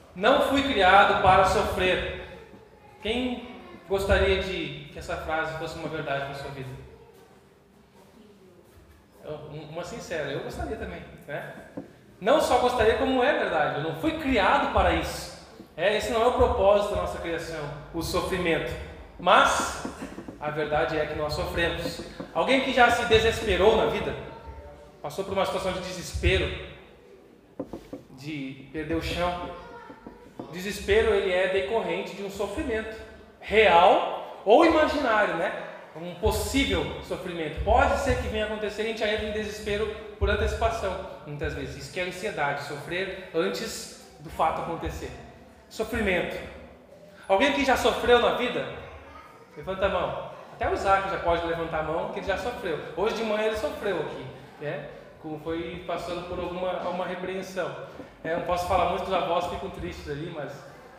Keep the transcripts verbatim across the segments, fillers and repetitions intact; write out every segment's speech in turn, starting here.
Não fui criado para sofrer. Quem gostaria de que essa frase fosse uma verdade na sua vida? Uma sincera, eu gostaria também, né? Não só gostaria, como é verdade. Eu não fui criado para isso. É, esse não é o propósito da nossa criação, o sofrimento. Mas a verdade é que nós sofremos. Alguém que já se desesperou na vida, passou por uma situação de desespero, de perder o chão. O desespero, ele é decorrente de um sofrimento real ou imaginário, né? Um possível sofrimento. Pode ser que venha acontecer e a gente já entra em desespero por antecipação, muitas vezes. Isso que é ansiedade, sofrer antes do fato acontecer. Sofrimento. Alguém que já sofreu na vida? Levanta a mão. Até o Isaac já pode levantar a mão, que ele já sofreu. Hoje de manhã ele sofreu aqui, né? Como foi passando por alguma uma repreensão. É, não posso falar muito, os avós ficam tristes ali, mas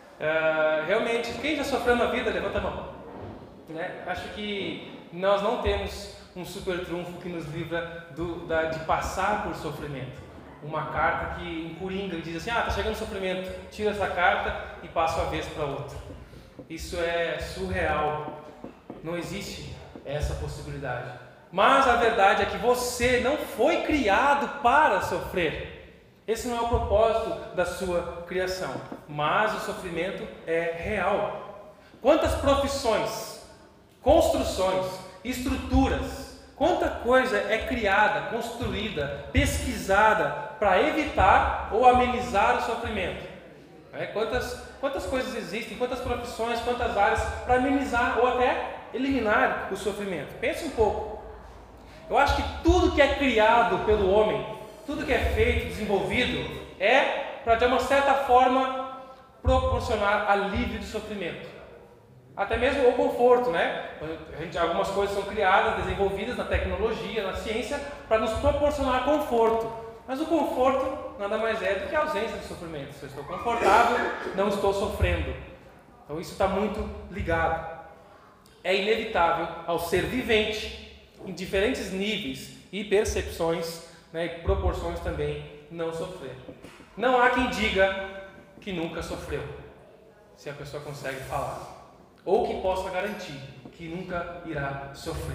uh, realmente, quem já sofreu na vida, levanta a mão. Né? Acho que nós não temos um super trunfo que nos livra do, da, de passar por sofrimento. Uma carta que em Coringa diz assim: ah, está chegando sofrimento, tira essa carta e passa a vez para outra. Isso é surreal. Não existe essa possibilidade. Mas a verdade é que você não foi criado para sofrer. Esse não é o propósito da sua criação. Mas o sofrimento é real. Quantas profissões, construções, estruturas, quanta coisa é criada, construída, pesquisada para evitar ou amenizar o sofrimento. É, quantas, quantas coisas existem, quantas profissões, quantas áreas para amenizar ou até eliminar o sofrimento. Pense um pouco. Eu acho que tudo que é criado pelo homem, tudo que é feito, desenvolvido, é para de uma certa forma proporcionar alívio de sofrimento. Até mesmo o conforto, né? A gente, algumas coisas são criadas, desenvolvidas na tecnologia, na ciência, para nos proporcionar conforto. Mas o conforto nada mais é do que a ausência de sofrimento. Se eu estou confortável, não estou sofrendo. Então isso está muito ligado. É inevitável ao ser vivente, em diferentes níveis e percepções, né, e proporções também, não sofrer. Não há quem diga que nunca sofreu, se a pessoa consegue falar. Ou que possa garantir que nunca irá sofrer.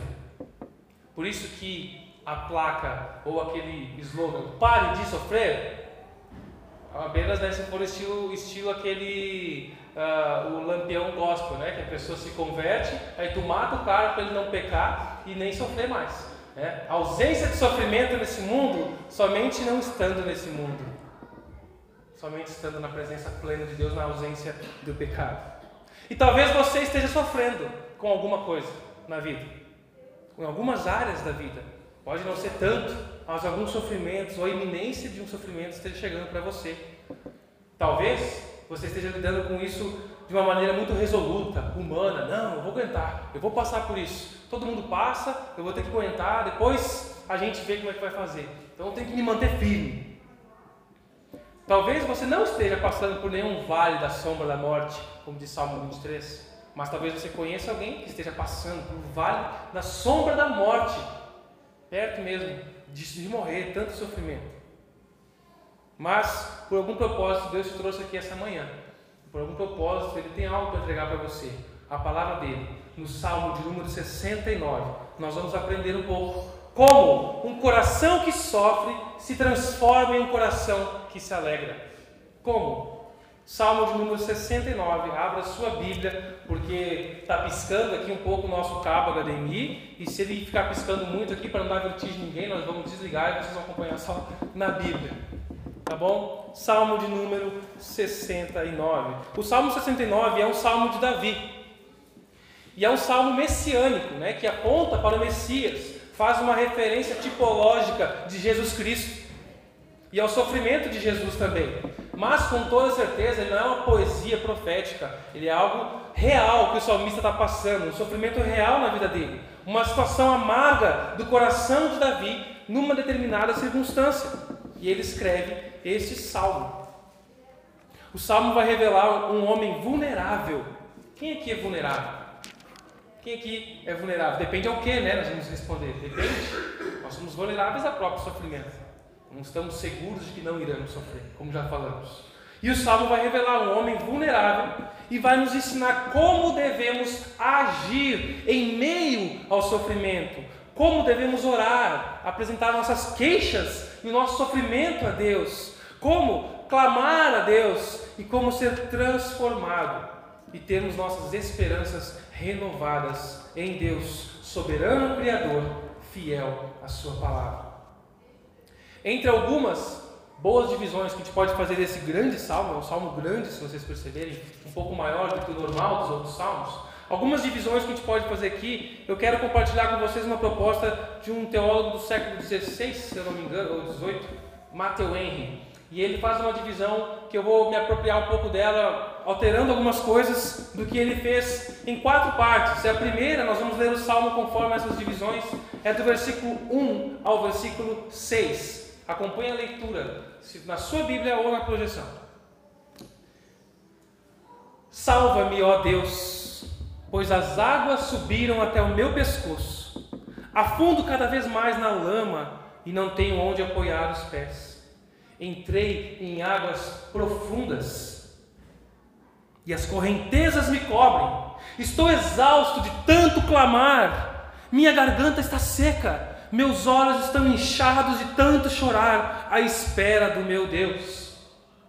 Por isso que a placa ou aquele slogan, pare de sofrer, apenas né, se for estilo, estilo aquele, uh, o lampião gospel, né? Que a pessoa se converte, aí tu mata o cara para ele não pecar e nem sofrer mais. Né? A ausência de sofrimento nesse mundo, somente não estando nesse mundo. Somente estando na presença plena de Deus, na ausência do pecado. E talvez você esteja sofrendo com alguma coisa na vida, em algumas áreas da vida. Pode não ser tanto, mas alguns sofrimentos ou a iminência de um sofrimento esteja chegando para você. Talvez você esteja lidando com isso de uma maneira muito resoluta, humana. Não, eu vou aguentar, eu vou passar por isso. Todo mundo passa, eu vou ter que aguentar, depois a gente vê como é que vai fazer. Então eu tenho que me manter firme. Talvez você não esteja passando por nenhum vale da sombra da morte, como diz Salmo vinte e três, mas talvez você conheça alguém que esteja passando por um vale da sombra da morte, perto mesmo de, de morrer, tanto sofrimento. Mas, por algum propósito, Deus te trouxe aqui essa manhã. Por algum propósito, Ele tem algo para entregar para você. A palavra dele, no Salmo de número sessenta e nove, nós vamos aprender um pouco como um coração que sofre se transforma em um coração que se alegra. Como? Salmo de número sessenta e nove, abra sua Bíblia, porque está piscando aqui um pouco o nosso cabo H D M I, e se ele ficar piscando muito aqui para não dar vertigem a ninguém, nós vamos desligar e vocês vão acompanhar só na Bíblia. Tá bom? Salmo de número sessenta e nove. O Salmo sessenta e nove é um salmo de Davi. E é um salmo messiânico, né, que aponta para o Messias. Faz uma referência tipológica de Jesus Cristo e ao sofrimento de Jesus também. Mas com toda certeza ele não é uma poesia profética, ele é algo real que o salmista está passando, um sofrimento real na vida dele, uma situação amarga do coração de Davi numa determinada circunstância. E ele escreve este salmo. O salmo vai revelar um homem vulnerável. Quem aqui é vulnerável? Quem aqui é vulnerável? Depende ao que, né? Nós vamos responder. Depende. Nós somos vulneráveis ao próprio sofrimento. Não estamos seguros de que não iremos sofrer, como já falamos. E o Salmo vai revelar um homem vulnerável e vai nos ensinar como devemos agir em meio ao sofrimento, como devemos orar, apresentar nossas queixas e o nosso sofrimento a Deus, como clamar a Deus e como ser transformado e termos nossas esperanças renovadas em Deus, soberano Criador, fiel à sua palavra. Entre algumas boas divisões que a gente pode fazer desse grande salmo, é um salmo grande, se vocês perceberem, um pouco maior do que o normal dos outros salmos, algumas divisões que a gente pode fazer aqui, eu quero compartilhar com vocês uma proposta de um teólogo do século dezesseis, se eu não me engano, ou dezoito, Matthew Henry. E ele faz uma divisão que eu vou me apropriar um pouco dela, alterando algumas coisas do que ele fez em quatro partes. A primeira, nós vamos ler o salmo conforme essas divisões, é do versículo um ao versículo seis. Acompanhe a leitura, na sua Bíblia ou na projeção. Salva-me, ó Deus, pois as águas subiram até o meu pescoço. Afundo cada vez mais na lama e não tenho onde apoiar os pés. Entrei em águas profundas e as correntezas me cobrem. Estou exausto de tanto clamar. Minha garganta está seca. Meus olhos estão inchados de tanto chorar à espera do meu Deus.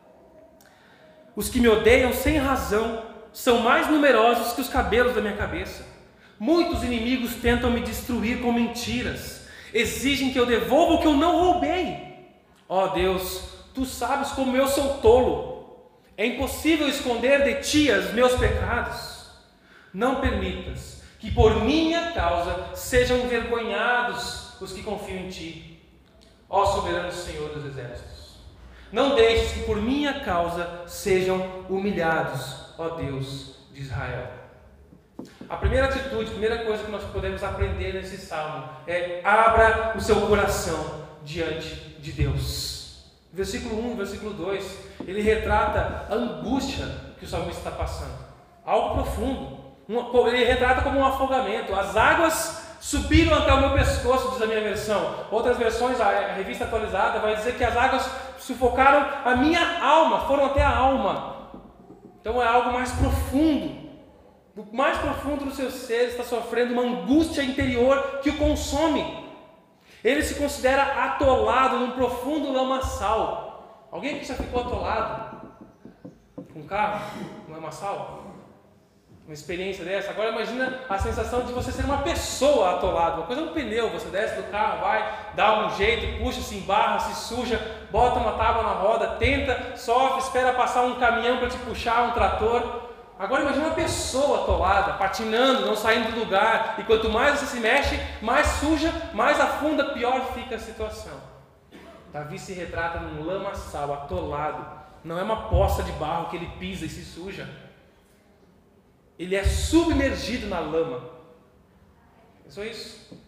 Os que me odeiam sem razão são mais numerosos que os cabelos da minha cabeça. Muitos inimigos tentam me destruir com mentiras. Exigem que eu devolva o que eu não roubei. Ó oh Deus, Tu sabes como eu sou tolo. É impossível esconder de Ti os meus pecados. Não permitas que por minha causa sejam envergonhados os que confiam em Ti, ó soberano Senhor dos exércitos. Não deixes que por minha causa sejam humilhados, ó Deus de Israel. A primeira atitude, a primeira coisa que nós podemos aprender nesse salmo é: abra o seu coração diante de Deus. Versículo um e versículo dois, ele retrata a angústia que o salmista está passando, algo profundo. Ele retrata como um afogamento. As águas subiram até o meu pescoço, diz a minha versão. Outras versões, a revista atualizada, vai dizer que as águas sufocaram a minha alma, foram até a alma. Então é algo mais profundo. Do mais profundo do seu ser está sofrendo uma angústia interior que o consome. Ele se considera atolado num profundo lamaçal. Alguém aqui já ficou atolado com um carro, um lamaçal? Uma experiência dessa? Agora imagina a sensação de você ser uma pessoa atolada. Uma coisa é um pneu, você desce do carro, vai, dá um jeito, puxa, se embarra, se suja, bota uma tábua na roda, tenta, sofre, espera passar um caminhão para te puxar, um trator. Agora imagina uma pessoa atolada, patinando, não saindo do lugar. E quanto mais você se mexe, mais suja, mais afunda, pior fica a situação. Davi se retrata num lamaçal, atolado. Não é uma poça de barro que ele pisa e se suja. Ele é submergido na lama. Pensou isso?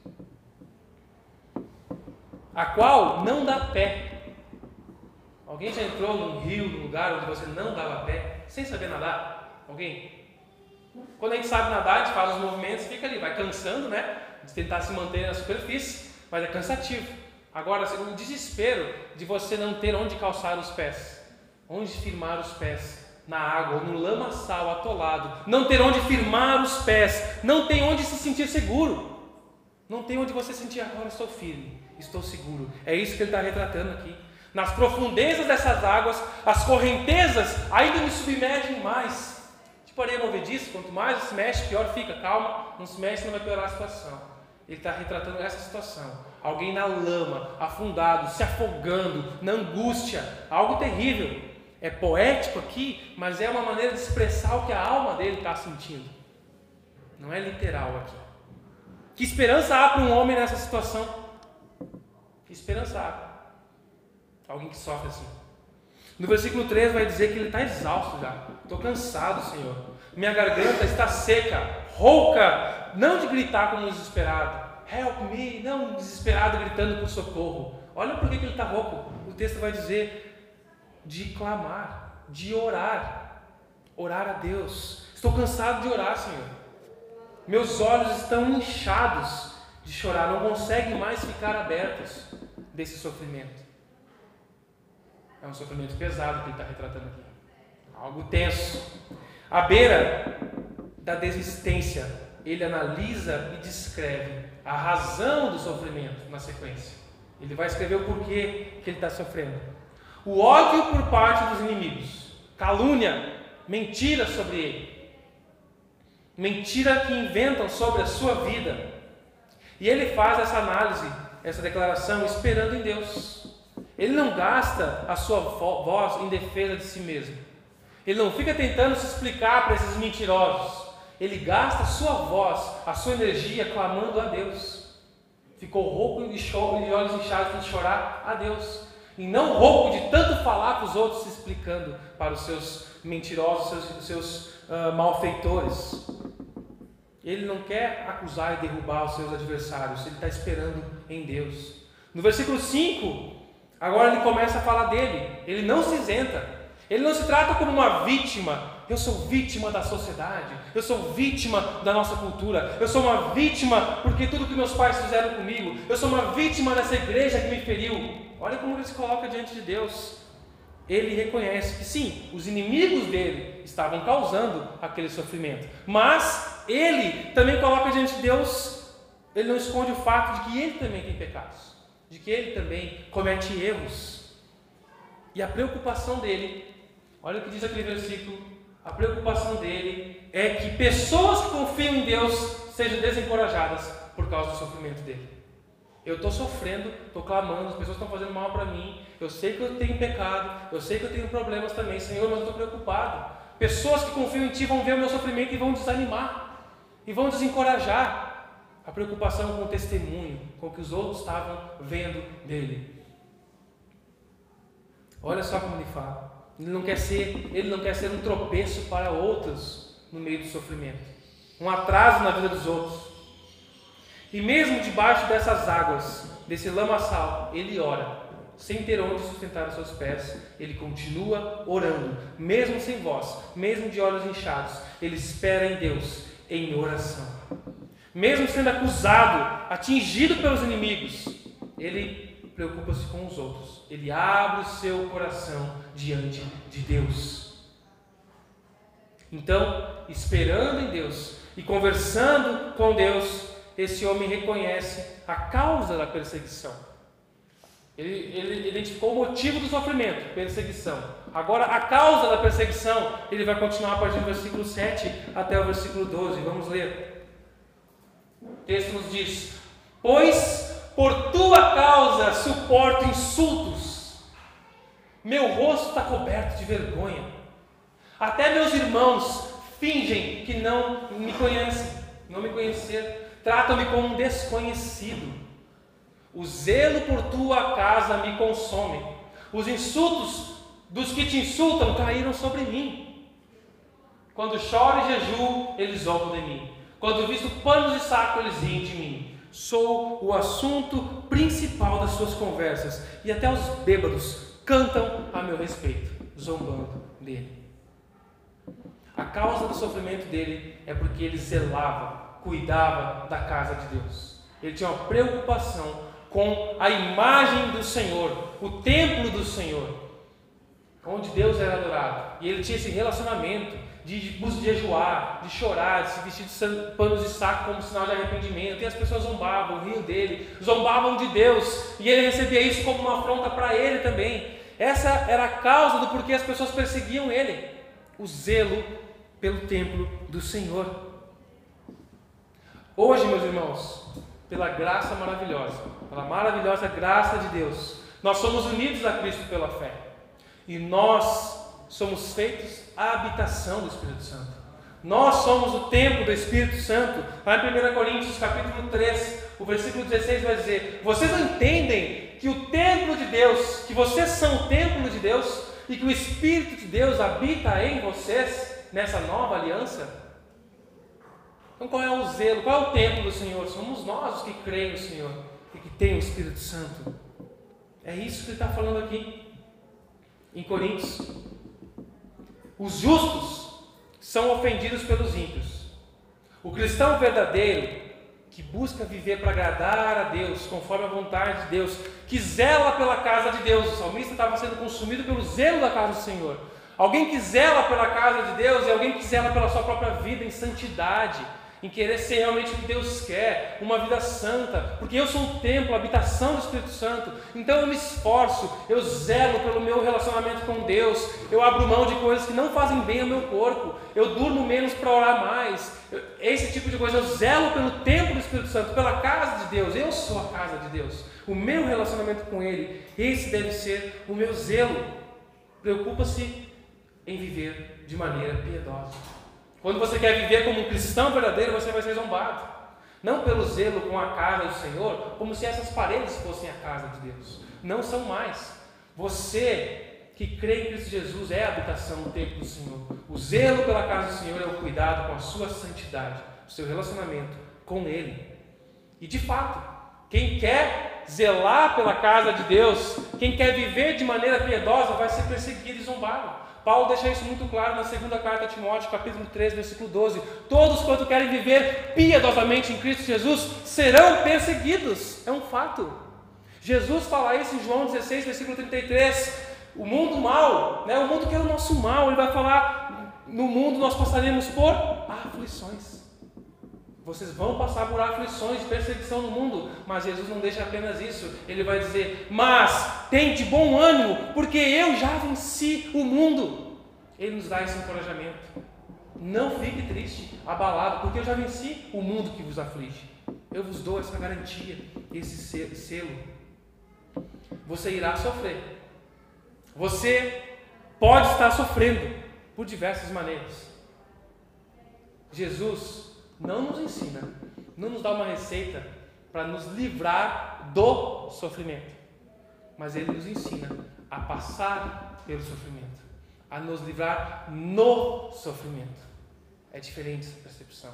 A qual não dá pé. Alguém já entrou num rio, num lugar onde você não dava pé, sem saber nadar? Alguém? Quando a gente sabe nadar, a gente faz os movimentos e fica ali, vai cansando, né? De tentar se manter na superfície, mas é cansativo. Agora, o desespero de você não ter onde calçar os pés, onde firmar os pés na água, ou no lamaçal atolado, não ter onde firmar os pés, não tem onde se sentir seguro, não tem onde você sentir: agora estou firme, estou seguro. É isso que ele está retratando aqui. Nas profundezas dessas águas, as correntezas ainda me submergem mais. Tipo areia movediça, quanto mais se mexe, pior fica. Calma, não se mexe, não vai piorar a situação. Ele está retratando essa situação. Alguém na lama, afundado, se afogando, na angústia, algo terrível. É poético aqui, mas é uma maneira de expressar o que a alma dele está sentindo. Não é literal aqui. Que esperança há para um homem nessa situação? Que esperança há? Alguém que sofre assim. No versículo três vai dizer que ele está exausto já. Estou cansado, Senhor. Minha garganta está seca, rouca, não de gritar como um desesperado. Help me, não um desesperado gritando por socorro. Olha por que ele está rouco. O texto vai dizer de clamar, de orar. Orar a Deus. Estou cansado de orar, Senhor. Meus olhos estão inchados de chorar, não conseguem mais ficar abertos desse sofrimento. É um sofrimento pesado que ele está retratando aqui. algo tenso. À beira da desistência, ele analisa e descreve a razão do sofrimento na sequência. Ele vai escrever o porquê que ele está sofrendo. O ódio por parte dos inimigos, calúnia, mentira sobre ele, mentira que inventam sobre a sua vida. E ele faz essa análise, essa declaração, esperando em Deus. Ele não gasta a sua voz em defesa de si mesmo. Ele não fica tentando se explicar para esses mentirosos. Ele gasta a sua voz, a sua energia, clamando a Deus. Ficou rouco e de olhos inchados de chorar a Deus. E não rouco de tanto falar para os outros, se explicando para os seus mentirosos, seus, seus uh, malfeitores. Ele não quer acusar e derrubar os seus adversários. Ele está esperando em Deus. No versículo cinco, agora ele começa a falar dele. Ele não se isenta. Ele não se trata como uma vítima. Eu sou vítima da sociedade. Eu sou vítima da nossa cultura. Eu sou uma vítima porque tudo que meus pais fizeram comigo. Eu sou uma vítima dessa igreja que me feriu. Olha como ele se coloca diante de Deus. Ele reconhece que sim, os inimigos dele estavam causando aquele sofrimento. Mas ele também coloca diante de Deus, ele não esconde o fato de que ele também tem pecados. De que ele também comete erros. E a preocupação dele, olha o que diz aquele versículo, a preocupação dele é que pessoas que confiam em Deus sejam desencorajadas por causa do sofrimento dele. Eu estou sofrendo, estou clamando, as pessoas estão fazendo mal para mim, eu sei que eu tenho pecado, eu sei que eu tenho problemas também, Senhor, mas eu estou preocupado. Pessoas que confiam em Ti vão ver o meu sofrimento e vão desanimar, e vão desencorajar. A preocupação com o testemunho, com o que os outros estavam vendo dele. Olha só como ele fala. Ele não quer ser, ele não quer ser um tropeço para outros no meio do sofrimento, um atraso na vida dos outros. E mesmo debaixo dessas águas, desse lamaçal, ele ora, sem ter onde sustentar os seus pés. Ele continua orando, mesmo sem voz, mesmo de olhos inchados. Ele espera em Deus, em oração. Mesmo sendo acusado, atingido pelos inimigos, ele preocupa-se com os outros. Ele abre o seu coração diante de Deus. Então, esperando em Deus e conversando com Deus, esse homem reconhece a causa da perseguição. Ele, ele identificou o motivo do sofrimento, perseguição. Agora, a causa da perseguição, ele vai continuar a partir do versículo sete até o versículo doze. Vamos ler. O texto nos diz: pois por tua causa suporto insultos, meu rosto está coberto de vergonha. Até meus irmãos fingem que não me conhecem, não me conheceram. Trata-me como um desconhecido. O zelo por tua casa me consome. Os insultos dos que te insultam caíram sobre mim. Quando choro e jejuo, eles zombam de mim. Quando visto panos de saco, eles riem de mim. Sou o assunto principal das suas conversas, e até os bêbados cantam a meu respeito, zombando dele. A causa do sofrimento dele é porque ele zelava, cuidava da casa de Deus. Ele tinha uma preocupação com a imagem do Senhor, o templo do Senhor, onde Deus era adorado. E ele tinha esse relacionamento de, de jejuar, de chorar, de se vestir de panos de saco como sinal de arrependimento. E as pessoas zombavam, riam dele, zombavam de Deus. E ele recebia isso como uma afronta para ele também. Essa era a causa do porquê as pessoas perseguiam ele. O zelo pelo templo do Senhor. Hoje, meus irmãos, pela graça maravilhosa, pela maravilhosa graça de Deus, nós somos unidos a Cristo pela fé. E nós somos feitos a habitação do Espírito Santo. Nós somos o templo do Espírito Santo. Lá em primeira Coríntios, capítulo três, o versículo dezesseis vai dizer: vocês não entendem que o templo de Deus, que vocês são o templo de Deus, e que o Espírito de Deus habita em vocês, nessa nova aliança? Então qual é o zelo, qual é o templo do Senhor? Somos nós os que creem no Senhor e que tem o Espírito Santo. É isso que ele está falando aqui em Coríntios. Os justos são ofendidos pelos ímpios. O cristão verdadeiro, que busca viver para agradar a Deus, conforme a vontade de Deus, que zela pela casa de Deus. O salmista estava sendo consumido pelo zelo da casa do Senhor. Alguém que zela pela casa de Deus é alguém que zela pela sua própria vida em santidade, em querer ser realmente o que Deus quer, uma vida santa, porque eu sou o templo, a habitação do Espírito Santo, então eu me esforço, eu zelo pelo meu relacionamento com Deus, eu abro mão de coisas que não fazem bem ao meu corpo, eu durmo menos para orar mais, eu, esse tipo de coisa, eu zelo pelo templo do Espírito Santo, pela casa de Deus, eu sou a casa de Deus, o meu relacionamento com Ele, esse deve ser o meu zelo. Preocupa-se em viver de maneira piedosa. Quando você quer viver como um cristão verdadeiro, você vai ser zombado. Não pelo zelo com a casa do Senhor, como se essas paredes fossem a casa de Deus. Não são mais. Você que crê em Cristo Jesus é a habitação do templo do Senhor. O zelo pela casa do Senhor é o cuidado com a sua santidade, o seu relacionamento com Ele. E de fato, quem quer zelar pela casa de Deus, quem quer viver de maneira piedosa, vai ser perseguido e zombado. Paulo deixa isso muito claro na segunda carta a Timóteo, capítulo três, versículo doze. Todos quanto querem viver piedosamente em Cristo Jesus serão perseguidos. É um fato. Jesus fala isso em João dezesseis, versículo trinta e três. O mundo mal, né? O mundo que é o nosso mal, ele vai falar, no mundo nós passaremos por aflições. Vocês vão passar por aflições de perseguição no mundo, mas Jesus não deixa apenas isso. Ele vai dizer, mas tem de bom ânimo, porque eu já venci o mundo. Ele nos dá esse encorajamento. Não fique triste, abalado, porque eu já venci o mundo que vos aflige. Eu vos dou essa garantia, esse selo. Você irá sofrer. Você pode estar sofrendo por diversas maneiras. Jesus não nos ensina, não nos dá uma receita para nos livrar do sofrimento, mas Ele nos ensina a passar pelo sofrimento, a nos livrar no sofrimento. É diferente essa percepção.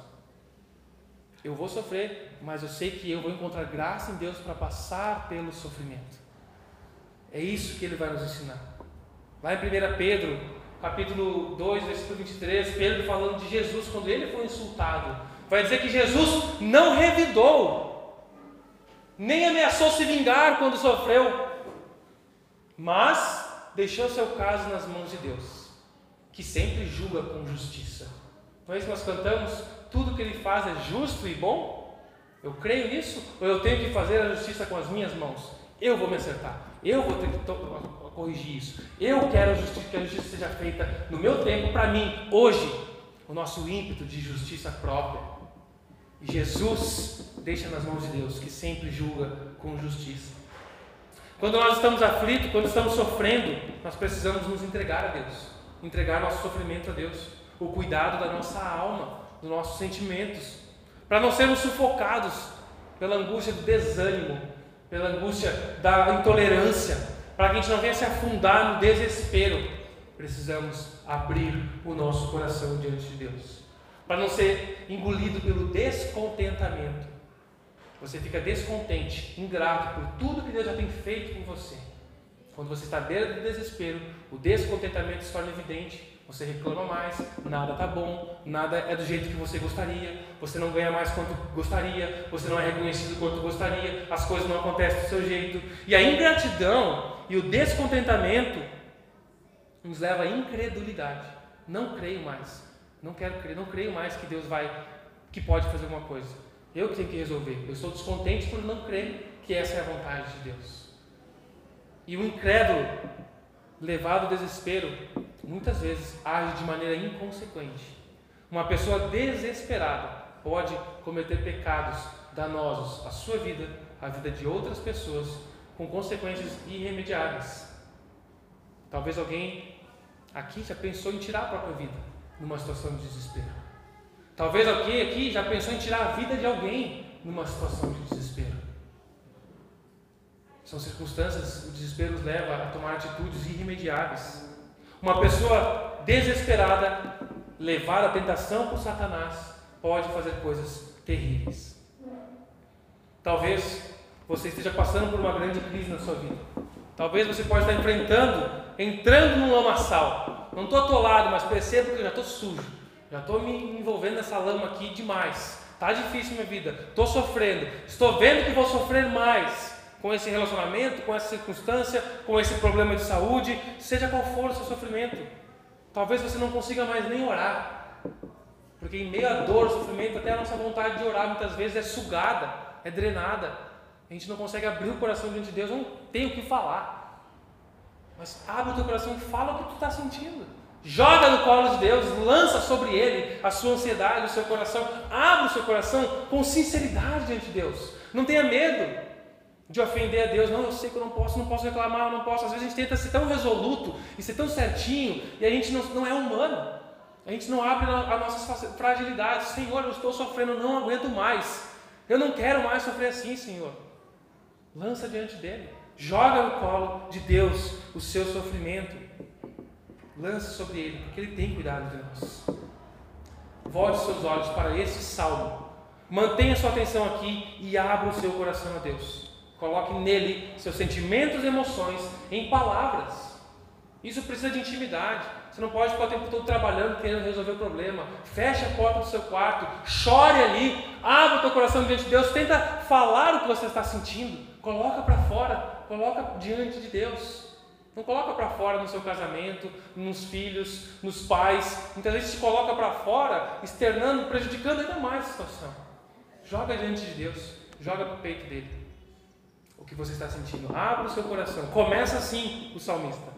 Eu vou sofrer, mas eu sei que eu vou encontrar graça em Deus para passar pelo sofrimento. É isso que Ele vai nos ensinar. Lá em primeira Pedro, capítulo dois, versículo vinte e três, Pedro falando de Jesus quando ele foi insultado, vai dizer que Jesus não revidou, nem ameaçou se vingar quando sofreu, mas deixou seu caso nas mãos de Deus, que sempre julga com justiça. Não é isso que nós cantamos? Tudo que Ele faz é justo e bom? Eu creio nisso? Ou eu tenho que fazer a justiça com as minhas mãos? Eu vou me acertar, eu vou ter que to- corrigir isso, eu quero a justiça, que a justiça seja feita no meu tempo, para mim, hoje. O nosso ímpeto de justiça própria. E Jesus deixa nas mãos de Deus, que sempre julga com justiça. Quando nós estamos aflitos, quando estamos sofrendo, nós precisamos nos entregar a Deus, entregar nosso sofrimento a Deus, o cuidado da nossa alma, dos nossos sentimentos, para não sermos sufocados pela angústia do desânimo, pela angústia da intolerância, para que a gente não venha se afundar no desespero. Precisamos abrir o nosso coração diante de Deus, para não ser engolido pelo descontentamento. Você fica descontente, ingrato por tudo que Deus já tem feito com você. Quando você está dentro do desespero, o descontentamento se torna evidente. Você reclama mais, nada está bom, nada é do jeito que você gostaria, você não ganha mais quanto gostaria, você não é reconhecido quanto gostaria, as coisas não acontecem do seu jeito. E a ingratidão e o descontentamento nos leva à incredulidade. Não creio mais, não quero crer, não creio mais que Deus vai, que pode fazer alguma coisa. Eu que tenho que resolver. Eu estou descontente por não crer que essa é a vontade de Deus. E o incrédulo, levado ao desespero, muitas vezes age de maneira inconsequente. Uma pessoa desesperada pode cometer pecados danosos à sua vida, à vida de outras pessoas, com consequências irremediáveis. Talvez alguém aqui já pensou em tirar a própria vida numa situação de desespero. Talvez alguém aqui já pensou em tirar a vida de alguém numa situação de desespero. São circunstâncias, o desespero nos leva a tomar atitudes irremediáveis. Uma pessoa desesperada, levada à tentação por Satanás, pode fazer coisas terríveis. Talvez você esteja passando por uma grande crise na sua vida. Talvez você pode estar enfrentando, entrando num lamaçal. Não estou atolado, mas percebo que eu já estou sujo. Já estou me envolvendo nessa lama aqui demais. Está difícil minha vida. Estou sofrendo. Estou vendo que vou sofrer mais com esse relacionamento, com essa circunstância, com esse problema de saúde, seja qual for o seu sofrimento. Talvez você não consiga mais nem orar, porque em meio à dor, sofrimento, até a nossa vontade de orar muitas vezes é sugada, é drenada. A gente não consegue abrir o coração diante de Deus, não tem o que falar. Mas abre o teu coração e fala o que tu está sentindo. Joga no colo de Deus, lança sobre Ele a sua ansiedade, o seu coração. Abre o seu coração com sinceridade diante de Deus. Não tenha medo de ofender a Deus. Não, eu sei que eu não posso, não posso reclamar, eu não posso. Às vezes a gente tenta ser tão resoluto e ser tão certinho e a gente não, não é humano. A gente não abre as nossas fragilidades. Senhor, eu estou sofrendo, eu não aguento mais. Eu não quero mais sofrer assim, Senhor. Lança diante dele. Joga no colo de Deus o seu sofrimento. Lance sobre ele, porque ele tem cuidado de nós. Volte seus olhos para esse salmo. Mantenha sua atenção aqui e abra o seu coração a Deus. Coloque nele seus sentimentos e emoções em palavras. Isso precisa de intimidade. Você não pode ficar o tempo todo trabalhando, querendo resolver o problema. Feche a porta do seu quarto, chore ali, abra o teu coração diante de Deus, tenta falar o que você está sentindo. Coloca para fora, coloca diante de Deus. Não coloca para fora no seu casamento, nos filhos, nos pais. Muitas vezes se coloca para fora, externando, prejudicando ainda mais a situação. Joga diante de Deus, joga para o peito dele o que você está sentindo. Abra o seu coração. Começa assim o salmista.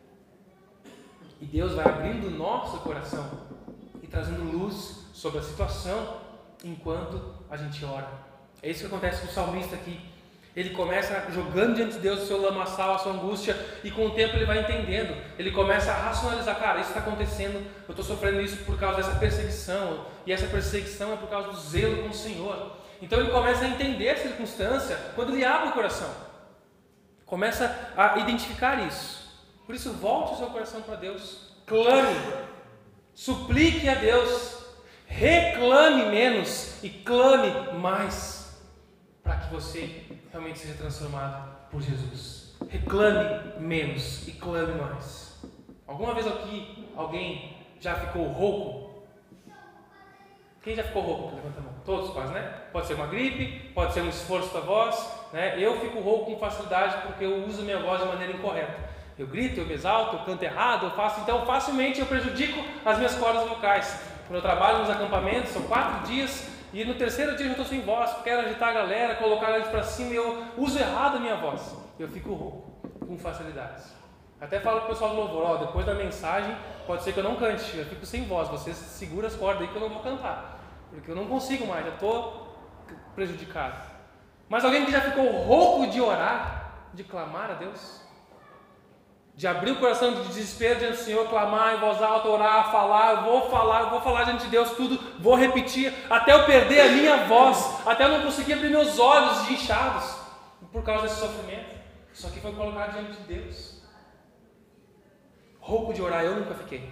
E Deus vai abrindo o nosso coração e trazendo luz sobre a situação enquanto a gente ora. É isso que acontece com o salmista aqui. Ele começa jogando diante de Deus o seu lamaçal, a sua angústia, e com o tempo ele vai entendendo. Ele começa a racionalizar: cara, isso está acontecendo, eu estou sofrendo isso por causa dessa perseguição, e essa perseguição é por causa do zelo com o Senhor. Então ele começa a entender a circunstância quando ele abre o coração. Começa a identificar isso. Por isso, volte o seu coração para Deus. Clame, suplique a Deus, reclame menos e clame mais, para que você realmente seja transformado por Jesus. Reclame menos e clame mais. Alguma vez aqui alguém já ficou rouco? Quem já ficou rouco? Levanta a mão. Todos quase, né? Pode ser uma gripe, pode ser um esforço da voz, né? Eu fico rouco com facilidade porque eu uso minha voz de maneira incorreta. Eu grito, eu me exalto, eu canto errado, eu faço, então facilmente eu prejudico as minhas cordas vocais. Quando eu trabalho nos acampamentos, são quatro dias, e no terceiro dia eu já estou sem voz, quero agitar a galera, colocar eles para cima, e eu uso errado a minha voz. Eu fico rouco, com facilidade. Até falo para o pessoal do louvor: ó, depois da mensagem, pode ser que eu não cante, eu fico sem voz, vocês seguram as cordas aí que eu não vou cantar, porque eu não consigo mais, já estou prejudicado. Mas alguém que já ficou rouco de orar, de clamar a Deus, de abrir o coração de desespero diante do Senhor, clamar em voz alta, orar, falar, eu vou falar, eu vou falar diante de Deus tudo, vou repetir, até eu perder a minha voz, até eu não conseguir abrir meus olhos inchados, por causa desse sofrimento. Isso aqui foi colocado diante de Deus. Rouco de orar, eu nunca fiquei.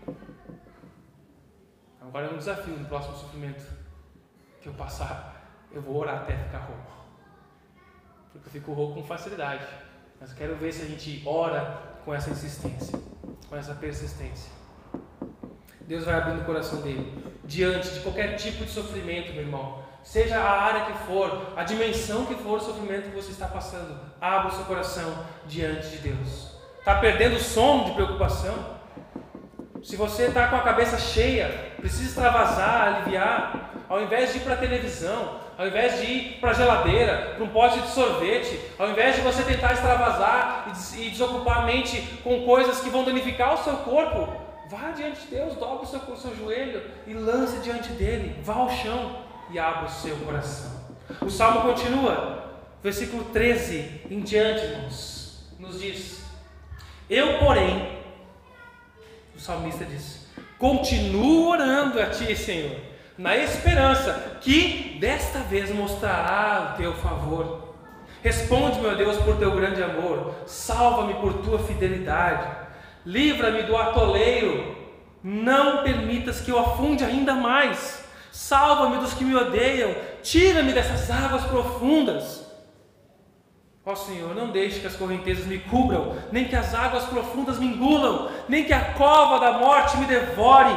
Agora é um desafio no próximo sofrimento que eu passar, eu vou orar até ficar rouco, porque eu fico rouco com facilidade. Mas eu quero ver se a gente ora com essa insistência, com essa persistência. Deus vai abrindo o coração dele diante de qualquer tipo de sofrimento, meu irmão. Seja a área que for, a dimensão que for o sofrimento que você está passando, abra o seu coração diante de Deus. Está perdendo o sono de preocupação? Se você está com a cabeça cheia, precisa extravasar, aliviar, ao invés de ir para a televisão, ao invés de ir para a geladeira, para um pote de sorvete, ao invés de você tentar extravasar e desocupar a mente com coisas que vão danificar o seu corpo, vá diante de Deus, dobre o seu, o seu joelho e lance diante dele, vá ao chão e abra o seu coração. O Salmo continua, versículo treze em diante, irmãos, nos diz: eu, porém, o salmista diz, continuo orando a Ti, Senhor, na esperança que desta vez mostrará o Teu favor. Responde, meu Deus, por Teu grande amor, salva-me por Tua fidelidade, livra-me do atoleiro, não permitas que eu afunde ainda mais, salva-me dos que me odeiam, tira-me dessas águas profundas. Ó Senhor, não deixe que as correntezas me cubram, nem que as águas profundas me engulam, nem que a cova da morte me devore.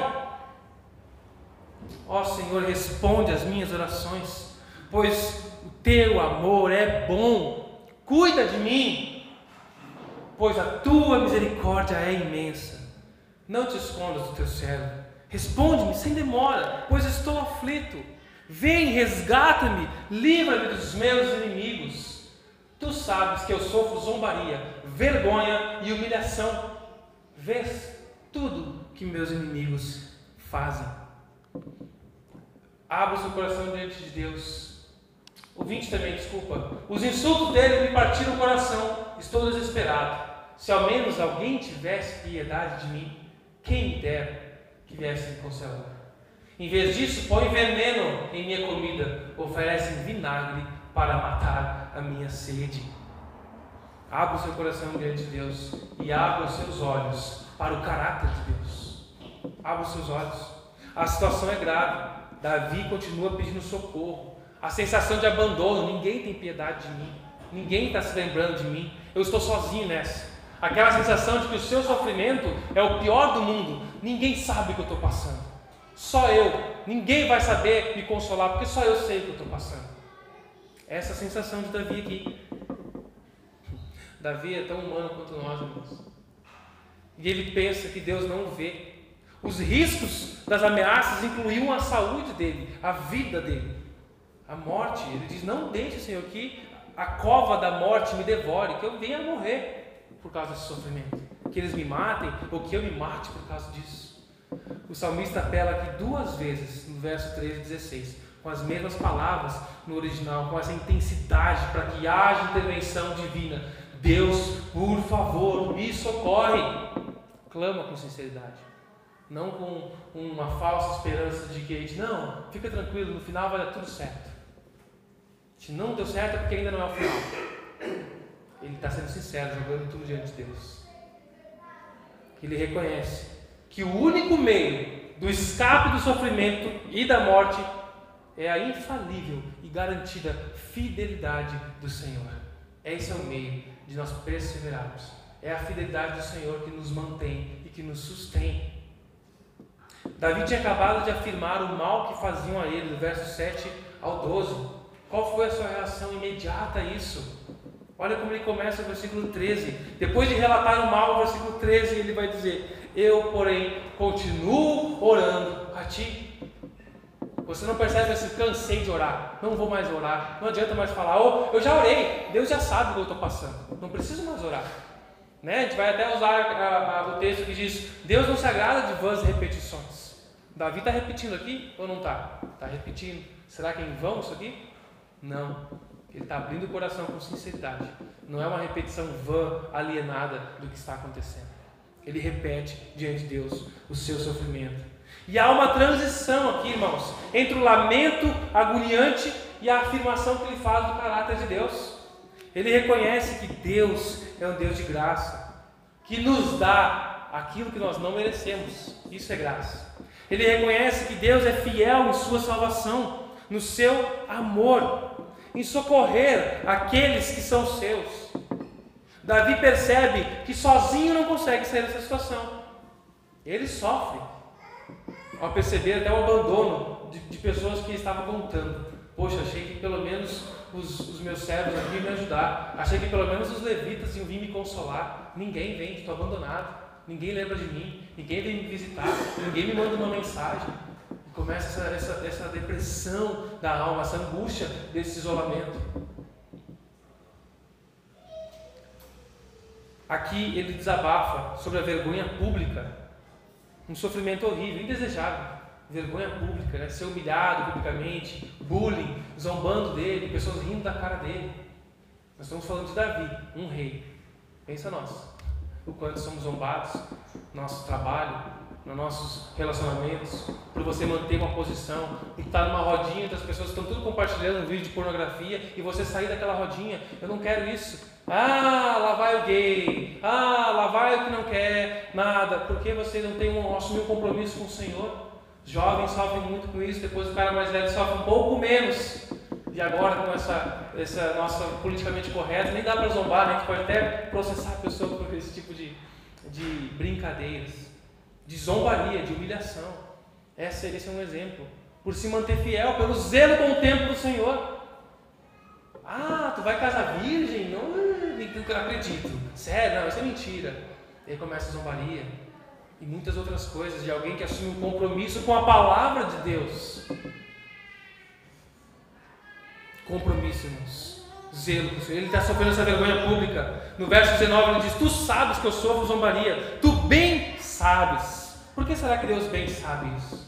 Ó Senhor, responde às minhas orações, pois o Teu amor é bom. Cuida de mim, pois a Tua misericórdia é imensa. Não te escondas do teu servo. Responde-me sem demora, pois estou aflito. Vem, resgata-me, livra-me dos meus inimigos. Tu sabes que eu sofro zombaria, vergonha e humilhação. Vês tudo que meus inimigos fazem. Abra o seu coração diante de Deus. O vinte também, desculpa. Os insultos dele me partiram o coração. Estou desesperado. Se ao menos alguém tivesse piedade de mim, quem me dera que viesse me consolar. Em vez disso, põe veneno em minha comida, oferecem vinagre para matar a minha sede. Abra o seu coração diante de Deus e abra os seus olhos para o caráter de Deus. Abra os seus olhos. A situação é grave. Davi continua pedindo socorro. A sensação de abandono, ninguém tem piedade de mim. Ninguém está se lembrando de mim. Eu estou sozinho nessa. Aquela sensação de que o seu sofrimento é o pior do mundo. Ninguém sabe o que eu estou passando. Só eu. Ninguém vai saber me consolar, porque só eu sei o que eu estou passando. Essa é a sensação de Davi aqui. Davi é tão humano quanto nós, irmãos. E ele pensa que Deus não vê. Os riscos das ameaças incluíam a saúde dele, a vida dele, a morte. Ele diz: não deixe, Senhor, que a cova da morte me devore, que eu venha a morrer por causa desse sofrimento, que eles me matem ou que eu me mate por causa disso. O salmista apela aqui duas vezes, no verso treze e dezesseis, com as mesmas palavras no original, com essa intensidade, para que haja intervenção divina. Deus, por favor, me socorre. Clama com sinceridade, não com uma falsa esperança de que a gente, não, fica tranquilo, no final vai dar tudo certo. Se não deu certo é porque ainda não é o final. Ele está sendo sincero, jogando tudo diante de Deus. Ele reconhece que o único meio do escape do sofrimento e da morte é a infalível e garantida fidelidade do Senhor. Esse é o meio de nós perseverarmos. É a fidelidade do Senhor que nos mantém e que nos sustém. Davi tinha acabado de afirmar o mal que faziam a ele, do verso sete ao doze. Qual foi a sua reação imediata a isso? Olha como ele começa o versículo treze. Depois de relatar o mal, no versículo treze, ele vai dizer: eu, porém, continuo orando a ti. Você não percebe assim, cansei de orar, não vou mais orar, não adianta mais falar, oh, eu já orei, Deus já sabe o que eu estou passando, não preciso mais orar. Né? A gente vai até usar a, a, o texto que diz: Deus não se agrada de vãs repetições. Davi está repetindo aqui ou não está? Está repetindo. Será que é em vão isso aqui? Não. Ele está abrindo o coração com sinceridade. Não é uma repetição vã, alienada do que está acontecendo. Ele repete diante de Deus o seu sofrimento. E há uma transição aqui, irmãos, entre o lamento agoniante e a afirmação que ele faz do caráter de Deus. Ele reconhece que Deus é um Deus de graça, que nos dá aquilo que nós não merecemos. Isso é graça. Ele reconhece que Deus é fiel em sua salvação, no seu amor, em socorrer aqueles que são seus. Davi percebe que sozinho não consegue sair dessa situação. Ele sofre ao perceber até o abandono de, de pessoas que estavam contando. Poxa, achei que pelo menos os, os meus servos iam me ajudar. Achei que pelo menos os levitas iam vir me consolar. Ninguém vem, estou abandonado. Ninguém lembra de mim. Ninguém vem me visitar. Ninguém me manda uma mensagem. E começa essa, essa, essa depressão da alma, essa angústia desse isolamento. Aqui ele desabafa sobre a vergonha pública. Um sofrimento horrível, indesejável. Vergonha pública, né? Ser humilhado publicamente, bullying, zombando dele, pessoas rindo da cara dele. Nós estamos falando de Davi, um rei. Pensa nós, o quanto somos zombados no nosso trabalho, nos nossos relacionamentos, por você manter uma posição, por estar numa rodinha das pessoas que estão tudo compartilhando um vídeo de pornografia e você sair daquela rodinha. Eu não quero isso. Ah, lá vai o gay. Ah, lá vai o que não quer nada. Porque você não tem um, assumiu um compromisso com o Senhor. Os jovens sofrem muito com isso. Depois o cara mais velho sofre um pouco menos. E agora com essa, essa nossa politicamente correta, nem dá para zombar, né? A gente pode até processar a pessoa por esse tipo de, de brincadeiras, de zombaria, de humilhação. Esse, esse é um exemplo. Por se manter fiel, pelo zelo com o tempo do Senhor. Ah, tu vai casar virgem? Não, não acredito. Sério, não, isso é mentira. E aí começa a zombaria. e muitas outras coisas, de alguém que assume um compromisso com a palavra de Deus. Compromisso, irmãos. Zelo com o Senhor. Ele está sofrendo essa vergonha pública. No verso dezenove ele diz: tu sabes que eu sofro zombaria. Tu bem sabes. Por que será que Deus bem sabe isso?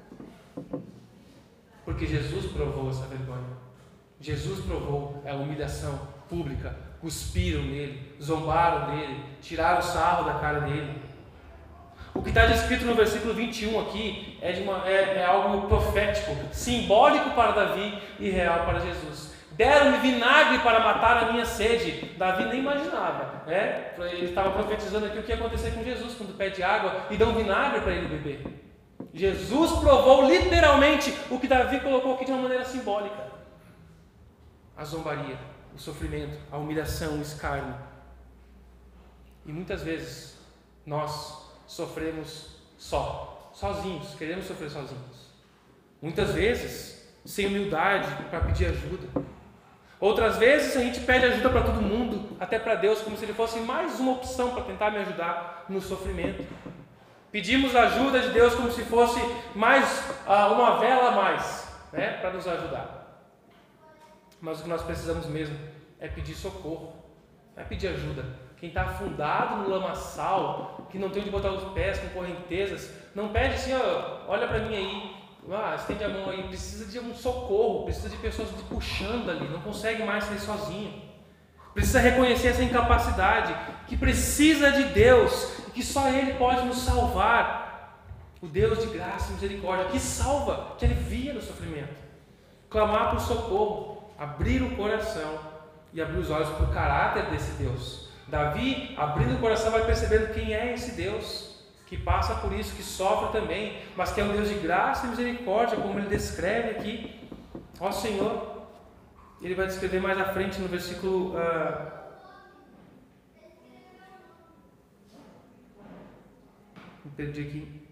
Porque Jesus provou essa vergonha. Jesus provou a humilhação pública. Cuspiram nele, zombaram dele, tiraram o sarro da cara dele. O que está descrito no versículo vinte e um aqui é, de uma, é, é algo profético, simbólico para Davi e real para Jesus. Deram-me vinagre para matar a minha sede. Davi nem imaginava, né? Ele estava profetizando aqui o que ia acontecer com Jesus quando pede água e dão vinagre para ele beber. Jesus provou literalmente o que Davi colocou aqui de uma maneira simbólica: a zombaria, o sofrimento, a humilhação, o escárnio. E muitas vezes nós sofremos só, sozinhos, queremos sofrer sozinhos. Muitas vezes sem humildade para pedir ajuda. Outras vezes a gente pede ajuda para todo mundo, até para Deus, como se ele fosse mais uma opção para tentar me ajudar no sofrimento. Pedimos a ajuda de Deus como se fosse mais uh, uma vela a mais, né, para nos ajudar. Mas o que nós precisamos mesmo é pedir socorro, é pedir ajuda. Quem está afundado no lamaçal, que não tem onde botar os pés com correntezas, não pede assim: ó, olha para mim aí, ah, estende a mão aí, precisa de um socorro, precisa de pessoas te puxando ali, não consegue mais sair sozinho. Precisa reconhecer essa incapacidade, que precisa de Deus, e que só Ele pode nos salvar. O Deus de graça e misericórdia, que salva, que alivia no sofrimento. Clamar por socorro, abrir o coração e abrir os olhos para o caráter desse Deus. Davi, abrindo o coração, vai percebendo quem é esse Deus, que passa por isso, que sofre também, mas que é um Deus de graça e misericórdia, como ele descreve aqui. Ó Senhor, ele vai descrever mais à frente no versículo uh, me perdi aqui.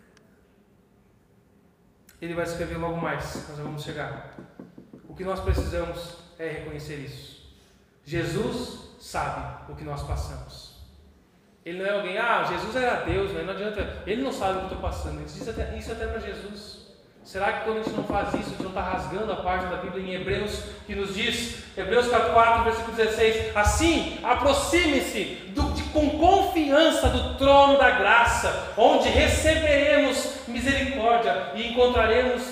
Ele vai escrever logo mais, nós vamos chegar. O que nós precisamos é reconhecer isso. Jesus sabe o que nós passamos. Ele não é alguém: ah, Jesus era Deus, né? Não adianta, ele não sabe o que eu estou passando. Ele diz até, isso até para Jesus. Será que quando a gente não faz isso, a gente não está rasgando a página da Bíblia em Hebreus, que nos diz, Hebreus capítulo quatro, versículo dezesseis, assim, aproxime-se do, de, com confiança do trono da graça, onde receberemos misericórdia e encontraremos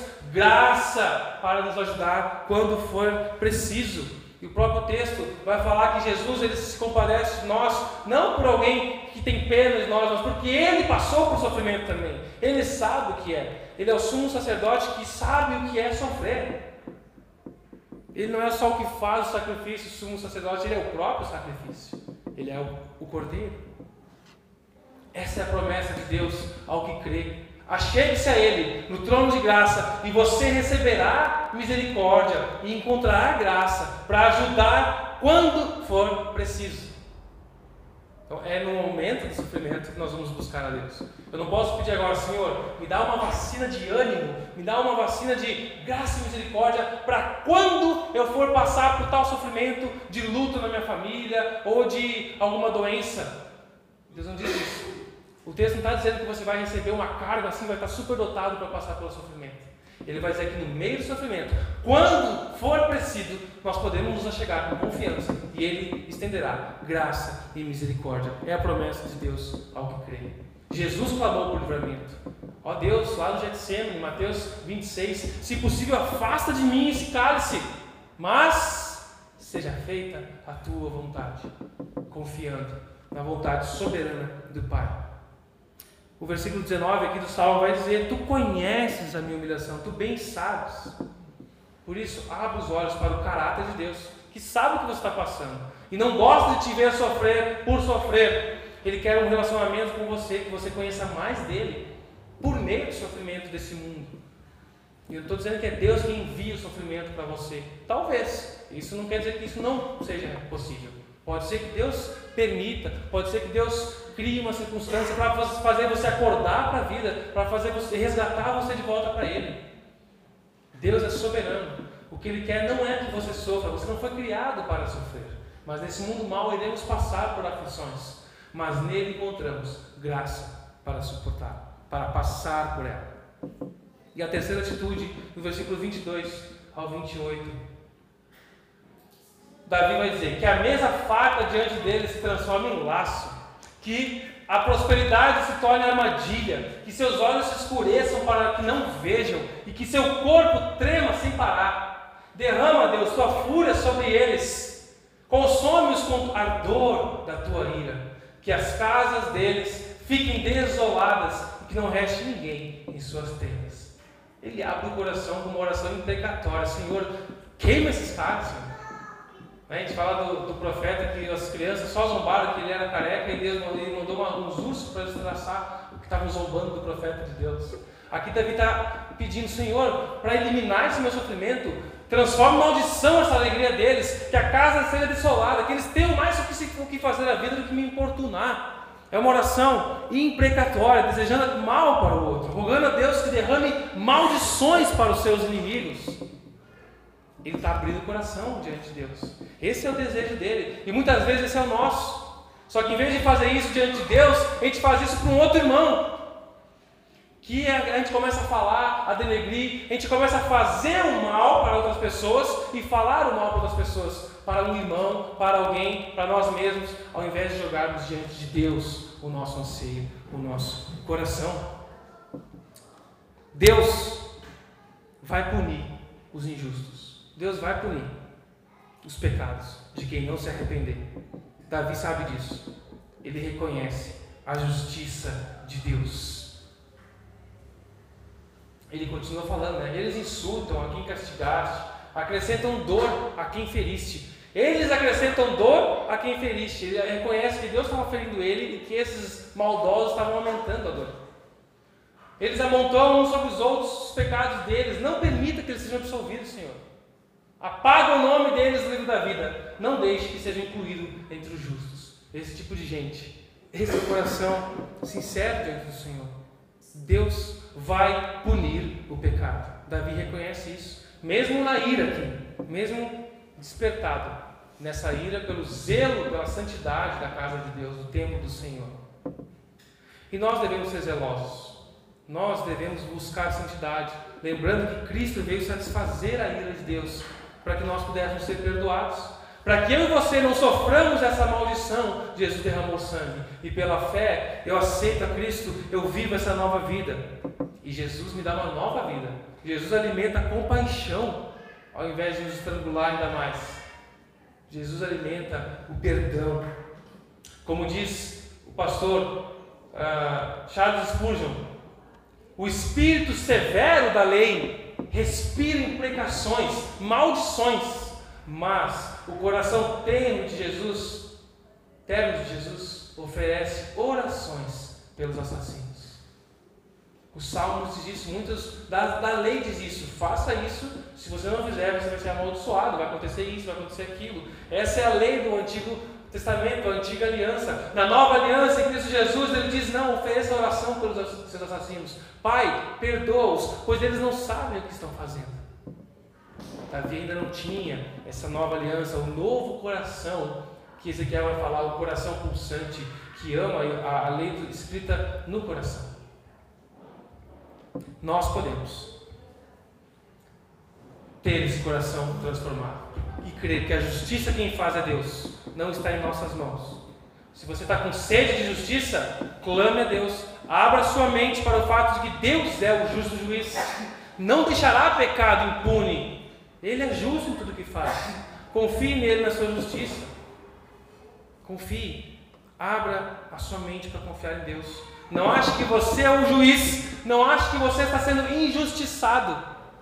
graça para nos ajudar quando for preciso. E o próprio texto vai falar que Jesus, ele se compadece de nós, não por alguém que tem pena de nós, mas porque ele passou por sofrimento também. Ele sabe o que é. Ele é o sumo sacerdote que sabe o que é sofrer. Ele não é só o que faz o sacrifício, o sumo sacerdote, ele é o próprio sacrifício. Ele é o, o cordeiro. Essa é a promessa de Deus ao que crê. Achegue-se a Ele no trono de graça e você receberá misericórdia e encontrará graça para ajudar quando for preciso. Então é no momento do sofrimento que nós vamos buscar a Deus. Eu não posso pedir agora: Senhor, me dá uma vacina de ânimo, me dá uma vacina de graça e misericórdia para quando eu for passar por tal sofrimento de luto na minha família ou de alguma doença. Deus não diz isso. O texto não está dizendo que você vai receber uma carga assim, vai estar super dotado para passar pelo sofrimento. Ele vai dizer que no meio do sofrimento, quando for preciso, nós podemos nos achegar com confiança e Ele estenderá graça e misericórdia. É a promessa de Deus ao que crê. Jesus clamou por livramento. Ó Deus, lá no Getsemane, Mateus vinte e seis, se possível afasta de mim esse cálice, mas seja feita a tua vontade, confiando na vontade soberana do Pai. O versículo dezenove aqui do Salmo vai dizer: tu conheces a minha humilhação, tu bem sabes. Por isso, abra os olhos para o caráter de Deus, que sabe o que você está passando e não gosta de te ver sofrer por sofrer. Ele quer um relacionamento com você, que você conheça mais dele por meio do sofrimento desse mundo. E eu não estou dizendo que é Deus que envia o sofrimento para você. Talvez. Isso não quer dizer que isso não seja possível. Pode ser que Deus permita, pode ser que Deus crie uma circunstância para fazer você acordar para a vida, para fazer você resgatar você de volta para Ele. Deus é soberano. O que Ele quer não é que você sofra. Você não foi criado para sofrer. Mas nesse mundo mau iremos passar por aflições. Mas nele encontramos graça para suportar, para passar por ela. E a terceira atitude, no versículo vinte e dois ao vinte e oito, Davi vai dizer que a mesa farta diante dele se transforma em laço, que a prosperidade se torne armadilha, que seus olhos se escureçam para que não vejam e que seu corpo trema sem parar. Derrama, Deus, tua fúria sobre eles, consome-os com ardor da tua ira, que as casas deles fiquem desoladas e que não reste ninguém em suas tendas. Ele abre o coração com uma oração imprecatória: Senhor, queima esses caras, Senhor. A gente fala do, do profeta que as crianças só zombaram que ele era careca e Deus ele mandou uma, uns ursos para eles traçar o que estavam zombando do profeta de Deus. Aqui Davi está pedindo: Senhor, para eliminar esse meu sofrimento, transforme em maldição essa alegria deles, que a casa seja desolada, que eles tenham mais o que fazer na vida do que me importunar. É uma oração imprecatória, desejando mal para o outro, rogando a Deus que derrame maldições para os seus inimigos. Ele está abrindo o coração diante de Deus. Esse é o desejo dele. E muitas vezes esse é o nosso. Só que em vez de fazer isso diante de Deus, a gente faz isso para um outro irmão. Que a gente começa a falar, a denegrir, a gente começa a fazer o mal para outras pessoas e falar o mal para outras pessoas. Para um irmão, para alguém, para nós mesmos, ao invés de jogarmos diante de Deus o nosso anseio, o nosso coração. Deus vai punir os injustos. Deus vai punir os pecados de quem não se arrepender. Davi sabe disso. Ele reconhece a justiça de Deus. Ele continua falando, né? Eles insultam a quem castigaste, acrescentam dor a quem feriste. Eles acrescentam dor a quem feriste. Ele reconhece que Deus estava ferindo ele e que esses maldosos estavam aumentando a dor. Eles amontoam uns sobre os outros os pecados deles. Não permita que eles sejam absolvidos, Senhor. Apaga o nome deles do livro da vida. Não deixe que seja incluído entre os justos. Esse tipo de gente. Esse é o coração sincero diante do Senhor. Deus vai punir o pecado. Davi reconhece isso. Mesmo na ira aqui. Mesmo despertado nessa ira pelo zelo, pela santidade da casa de Deus, do templo do Senhor. E nós devemos ser zelosos. Nós devemos buscar a santidade. Lembrando que Cristo veio satisfazer a ira de Deus, para que nós pudéssemos ser perdoados, para que eu e você não soframos essa maldição. Jesus derramou sangue, e pela fé eu aceito a Cristo, eu vivo essa nova vida, e Jesus me dá uma nova vida. Jesus alimenta a compaixão, ao invés de nos estrangular ainda mais. Jesus alimenta o perdão. Como diz o pastor uh, Charles Spurgeon, o espírito severo da lei respira imprecações, maldições, mas o coração terno de Jesus, terno de Jesus, oferece orações pelos assassinos. Os salmos diz isso, muitos da, da lei diz isso: faça isso, se você não fizer você vai ser amaldiçoado, vai acontecer isso, vai acontecer aquilo. Essa é a lei do Antigo Testamento, a antiga aliança. Na nova aliança em Cristo Jesus, ele diz: não, ofereça oração pelos seus assassinos. Pai, perdoa-os, pois eles não sabem o que estão fazendo. Davi ainda não tinha essa nova aliança, o novo coração que Ezequiel vai falar, o coração pulsante que ama a, a lei escrita no coração. Nós podemos ter esse coração transformado e crer que a justiça quem faz é Deus, não está em nossas mãos. Se você está com sede de justiça, clame a Deus, abra sua mente para o fato de que Deus é o justo juiz, não deixará pecado impune, Ele é justo em tudo que faz. Confie nele na sua justiça, confie, abra a sua mente para confiar em Deus. Não ache que você é o juiz, não ache que você está sendo injustiçado.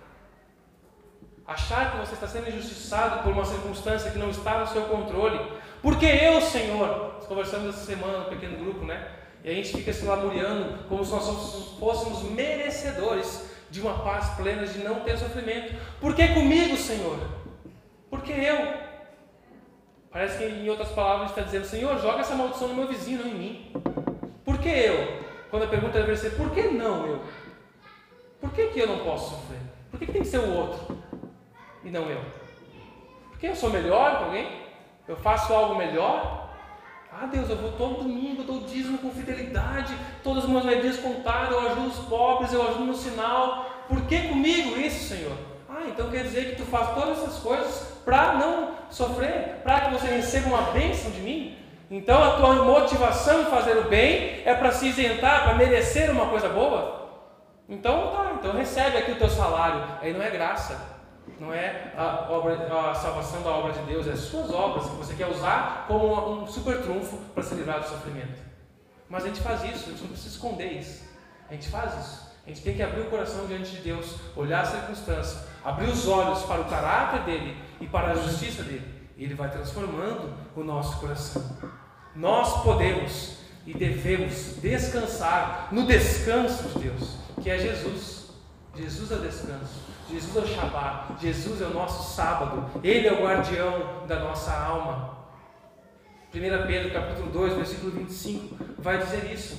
Achar que você está sendo injustiçado por uma circunstância que não está no seu controle. Porque eu, Senhor, nós conversamos essa semana no pequeno grupo, né? E a gente fica se lamuriando como se nós fôssemos merecedores de uma paz plena, de não ter sofrimento. Por que comigo, Senhor? Porque eu. Parece que em outras palavras está dizendo: Senhor, joga essa maldição no meu vizinho, não em mim. Por que eu? Quando a pergunta deve ser: por que não eu? Por que, que eu não posso sofrer? Por que, que tem que ser o outro e não eu? Porque eu sou melhor que alguém? Eu faço algo melhor? Ah, Deus, eu vou todo domingo, eu dou dízimo com fidelidade, todas as minhas moedinhas contadas, eu ajudo os pobres, eu ajudo no sinal. Por que comigo isso, Senhor? Ah, então quer dizer que tu faz todas essas coisas para não sofrer, para que você receba uma bênção de mim? Então a tua motivação em fazer o bem é para se isentar, para merecer uma coisa boa? Então tá, então recebe aqui o teu salário. Aí não é graça. Não é a, obra, a salvação da obra de Deus, é as suas obras que você quer usar como um super trunfo para se livrar do sofrimento. Mas a gente faz isso, a gente não precisa esconder isso. A gente faz isso. A gente tem que abrir o coração diante de Deus, olhar a circunstância, abrir os olhos para o caráter dele e para a justiça dele. E ele vai transformando o nosso coração. Nós podemos e devemos descansar no descanso de Deus, que é Jesus. Jesus é o descanso. Jesus é o Shabbat, Jesus é o nosso sábado, Ele é o guardião da nossa alma. primeira Pedro capítulo dois, versículo vinte e cinco, vai dizer isso.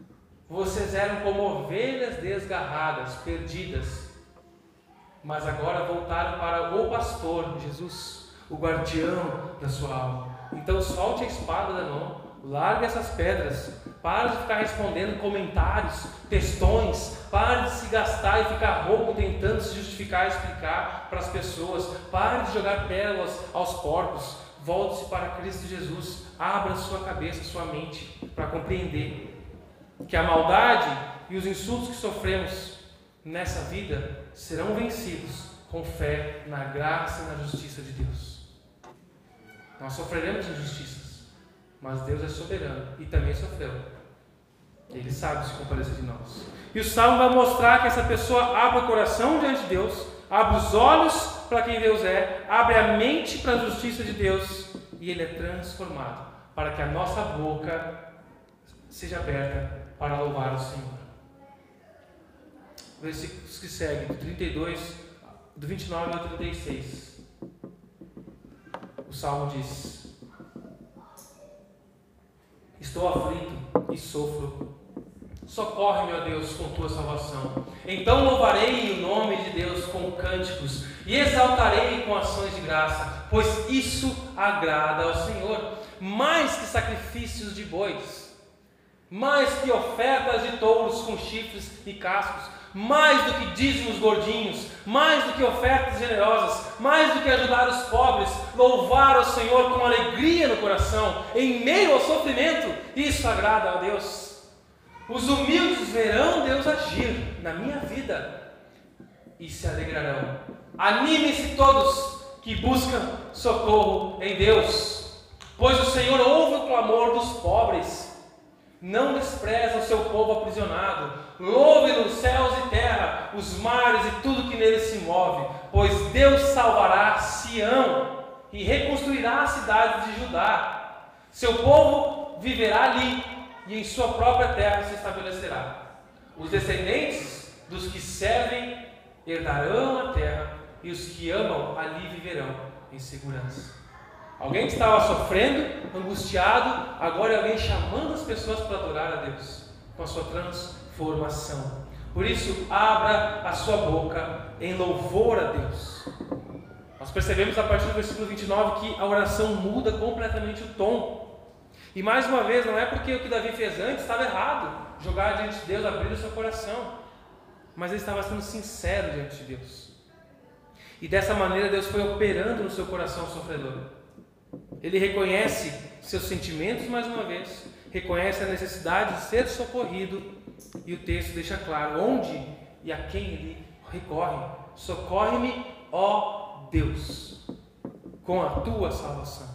Vocês eram como ovelhas desgarradas, perdidas, mas agora voltaram para o pastor, Jesus, o guardião da sua alma. Então solte a espada da mão, largue essas pedras, para de ficar respondendo comentários, textões, para de se gastar e ficar rouco tentando se justificar e explicar para as pessoas, pare de jogar pérolas aos porcos, volte-se para Cristo Jesus, abra sua cabeça, sua mente para compreender que a maldade e os insultos que sofremos nessa vida serão vencidos com fé na graça e na justiça de Deus. Nós sofreremos injustiças, mas Deus é soberano e também sofreu. Ele sabe se compadecer de nós. E o Salmo vai mostrar que essa pessoa abre o coração diante de Deus, abre os olhos para quem Deus é, abre a mente para a justiça de Deus e ele é transformado para que a nossa boca seja aberta para louvar o Senhor. Versículos que seguem, do trinta e dois, do vinte e nove ao trinta e seis. O Salmo diz: estou aflito e sofro. Socorre-me, ó Deus, com tua salvação. Então louvarei o nome de Deus com cânticos e exaltarei com ações de graça, pois isso agrada ao Senhor. Mais que sacrifícios de bois, mais que ofertas de touros com chifres e cascos, mais do que dízimos gordinhos, mais do que ofertas generosas, mais do que ajudar os pobres, louvar ao Senhor com alegria no coração, em meio ao sofrimento, isso agrada a Deus. Os humildes verão Deus agir na minha vida e se alegrarão. Animem-se todos que buscam socorro em Deus, pois o Senhor ouve o clamor dos pobres. Não despreza o seu povo aprisionado. Louve nos céus e terra, os mares e tudo que neles se move, pois Deus salvará Sião e reconstruirá a cidade de Judá. Seu povo viverá ali e em sua própria terra se estabelecerá. Os descendentes dos que servem herdarão a terra e os que amam ali viverão em segurança. Alguém que estava sofrendo, angustiado, agora é alguém chamando as pessoas para adorar a Deus com a sua transformação. Por isso, abra a sua boca em louvor a Deus. Nós percebemos a partir do versículo vinte e nove que a oração muda completamente o tom. E mais uma vez, não é porque o que Davi fez antes estava errado, jogar diante de Deus, abrir o seu coração, mas ele estava sendo sincero diante de Deus. E dessa maneira Deus foi operando no seu coração sofredor. Ele reconhece seus sentimentos mais uma vez, reconhece a necessidade de ser socorrido, e o texto deixa claro onde e a quem ele recorre. Socorre-me, ó Deus, com a tua salvação.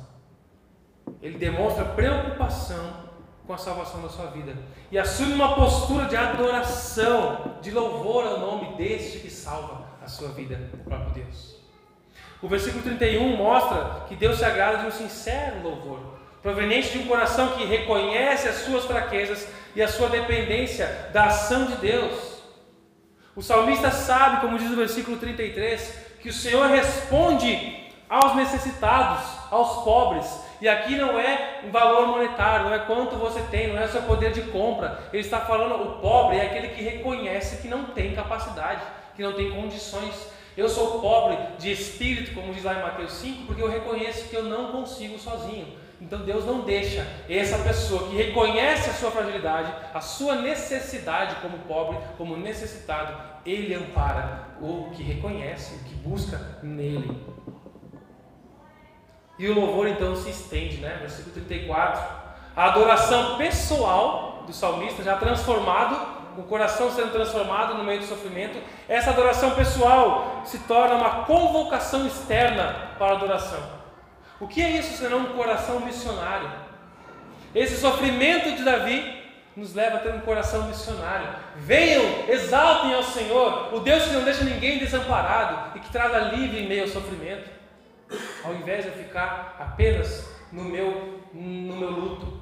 Ele demonstra preocupação com a salvação da sua vida e assume uma postura de adoração, de louvor ao nome deste que salva a sua vida, o próprio Deus. O versículo trinta e um mostra que Deus se agrada de um sincero louvor, proveniente de um coração que reconhece as suas fraquezas e a sua dependência da ação de Deus. O salmista sabe, como diz o versículo trinta e três, que o Senhor responde aos necessitados, aos pobres. E aqui não é um valor monetário, não é quanto você tem, não é o seu poder de compra. Ele está falando, o pobre é aquele que reconhece que não tem capacidade, que não tem condições. Eu sou pobre de espírito, como diz lá em Mateus cinco, porque eu reconheço que eu não consigo sozinho. Então Deus não deixa essa pessoa que reconhece a sua fragilidade, a sua necessidade como pobre, como necessitado, Ele ampara o que reconhece, o que busca nele. E o louvor então se estende, né? Versículo trinta e quatro. A adoração pessoal do salmista, já transformado, o coração sendo transformado no meio do sofrimento, essa adoração pessoal se torna uma convocação externa para a adoração. O que é isso senão um coração missionário? Esse sofrimento de Davi nos leva a ter um coração missionário. Venham, exaltem ao Senhor, o Deus que não deixa ninguém desamparado e que traz alívio em meio ao sofrimento, ao invés de eu ficar apenas no meu, no meu luto.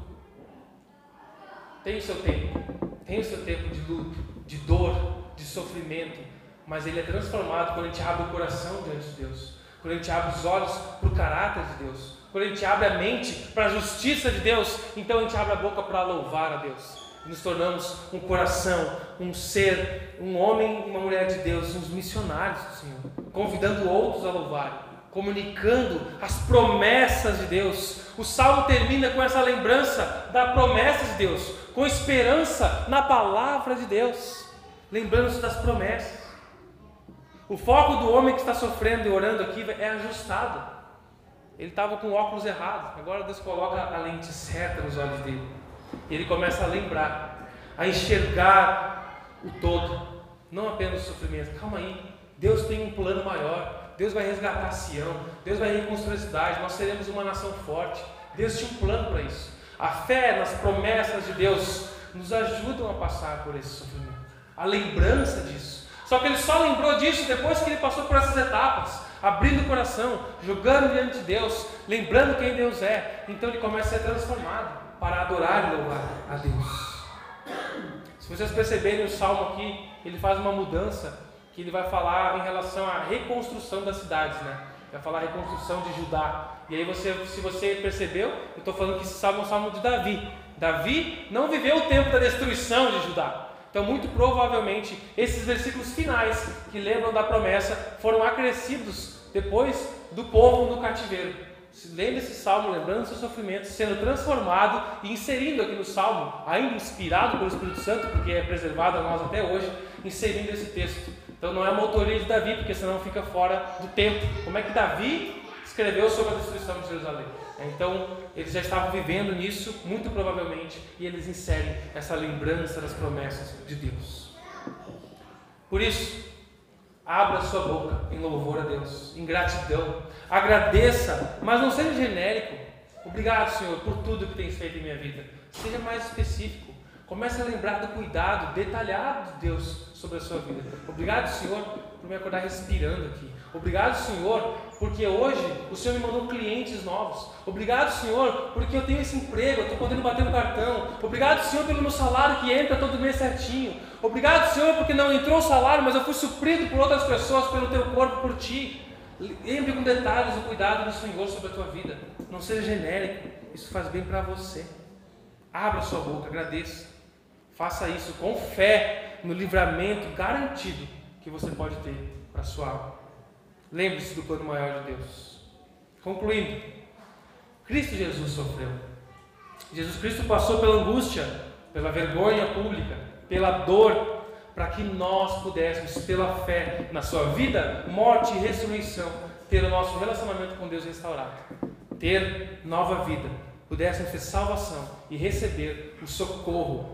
Tem o seu tempo, tem o seu tempo de luto, de dor, de sofrimento, mas ele é transformado quando a gente abre o coração diante de Deus, quando a gente abre os olhos para o caráter de Deus, quando a gente abre a mente para a justiça de Deus, então a gente abre a boca para louvar a Deus. E nos tornamos um coração, um ser, um homem e uma mulher de Deus, uns missionários do Senhor, convidando outros a louvarem, comunicando as promessas de Deus. O Salmo termina com essa lembrança da promessa de Deus, com esperança na palavra de Deus, lembrando-se das promessas. O foco do homem que está sofrendo e orando aqui é ajustado. Ele estava com o óculos errado, agora Deus coloca a lente certa nos olhos dele. E ele começa a lembrar, a enxergar o todo, não apenas o sofrimento. Calma aí, Deus tem um plano maior. Deus vai resgatar Sião, Deus vai reconstruir a cidade, nós seremos uma nação forte. Deus tinha um plano para isso. A fé nas promessas de Deus nos ajudam a passar por esse sofrimento, a lembrança disso. Só que ele só lembrou disso depois que ele passou por essas etapas, abrindo o coração, jogando diante de Deus, lembrando quem Deus é. Então ele começa a ser transformado para adorar e louvar a Deus. Se vocês perceberem o Salmo aqui, ele faz uma mudança, que ele vai falar em relação à reconstrução das cidades, né? Vai falar a reconstrução de Judá. E aí você, se você percebeu, eu estou falando que esse salmo é um salmo de Davi. Davi não viveu o tempo da destruição de Judá. Então, muito provavelmente, esses versículos finais que lembram da promessa foram acrescidos depois do povo no cativeiro. Lendo esse salmo, lembrando seu sofrimento, sendo transformado e inserindo aqui no salmo, ainda inspirado pelo Espírito Santo, porque é preservado a nós até hoje, inserindo esse texto. Então não é uma autoria de Davi, porque senão fica fora do tempo. Como é que Davi escreveu sobre a destruição de Jerusalém? Então eles já estavam vivendo nisso, muito provavelmente, e eles inserem essa lembrança das promessas de Deus. Por isso, abra a sua boca em louvor a Deus, em gratidão. Agradeça, mas não seja genérico. Obrigado, Senhor, por tudo que tens feito em minha vida. Seja mais específico. Comece a lembrar do cuidado detalhado de Deus sobre a sua vida. Obrigado, Senhor, por me acordar respirando aqui. Obrigado, Senhor, porque hoje o Senhor me mandou clientes novos. Obrigado, Senhor, porque eu tenho esse emprego, eu estou podendo bater no cartão. Obrigado, Senhor, pelo meu salário que entra todo mês certinho. Obrigado, Senhor, porque não entrou o salário, mas eu fui suprido por outras pessoas, pelo teu corpo, por ti. Lembre com detalhes o cuidado do Senhor sobre a tua vida. Não seja genérico, isso faz bem para você. Abra sua boca, agradeça. Faça isso com fé no livramento garantido que você pode ter para a sua alma. Lembre-se do plano maior de Deus. Concluindo, Cristo Jesus sofreu. Jesus Cristo passou pela angústia, pela vergonha pública, pela dor, para que nós pudéssemos, pela fé na sua vida, morte e ressurreição, ter o nosso relacionamento com Deus restaurado, ter nova vida, pudéssemos ter salvação e receber o socorro.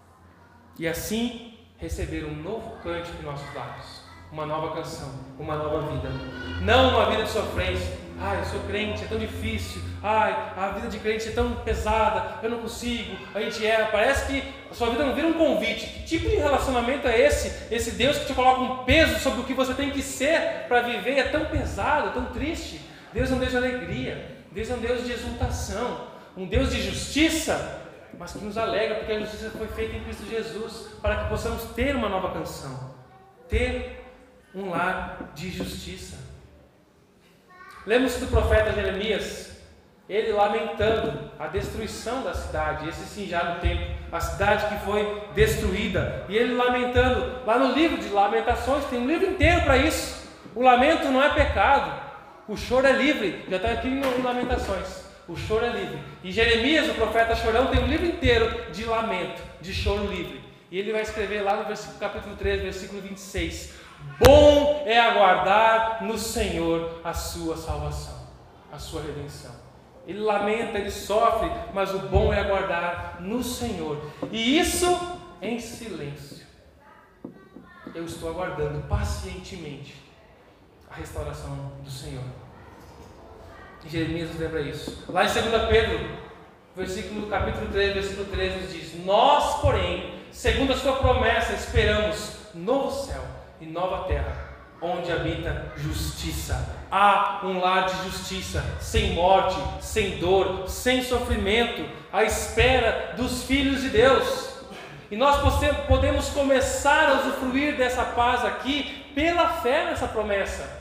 E assim receber um novo cântico em nossos lábios, uma nova canção, uma nova vida. Não uma vida de sofrência. Ai, eu sou crente, é tão difícil. Ai, a vida de crente é tão pesada, eu não consigo, a gente erra. Parece que a sua vida não vira um convite. Que tipo de relacionamento é esse? Esse Deus que te coloca um peso sobre o que você tem que ser para viver é tão pesado, é tão triste. Deus é um Deus de alegria, Deus é um Deus de exultação, um Deus de justiça, mas que nos alegra, porque a justiça foi feita em Cristo Jesus, para que possamos ter uma nova canção, ter um lar de justiça. Lembra-se do profeta Jeremias, ele lamentando a destruição da cidade, esse sim já no tempo, a cidade que foi destruída, e ele lamentando, lá no livro de Lamentações, tem um livro inteiro para isso. O lamento não é pecado, o choro é livre, já está aqui em Lamentações. o choro é livre. E Jeremias, o profeta chorão, tem um livro inteiro de lamento, de choro livre. E ele vai escrever lá no versículo, capítulo três, versículo vinte e seis: bom é aguardar no Senhor a sua salvação, a sua redenção. Ele lamenta, ele sofre, mas o bom é aguardar no Senhor. E isso em silêncio. Eu estou aguardando pacientemente a restauração do Senhor. E Jeremias nos lembra isso. Lá em segunda Pedro, versículo, capítulo três, versículo treze, nos diz: nós, porém, segundo a sua promessa, esperamos novo céu e nova terra, onde habita justiça. Há um lar de justiça, sem morte, sem dor, sem sofrimento, à espera dos filhos de Deus. E nós podemos começar a usufruir dessa paz aqui pela fé nessa promessa,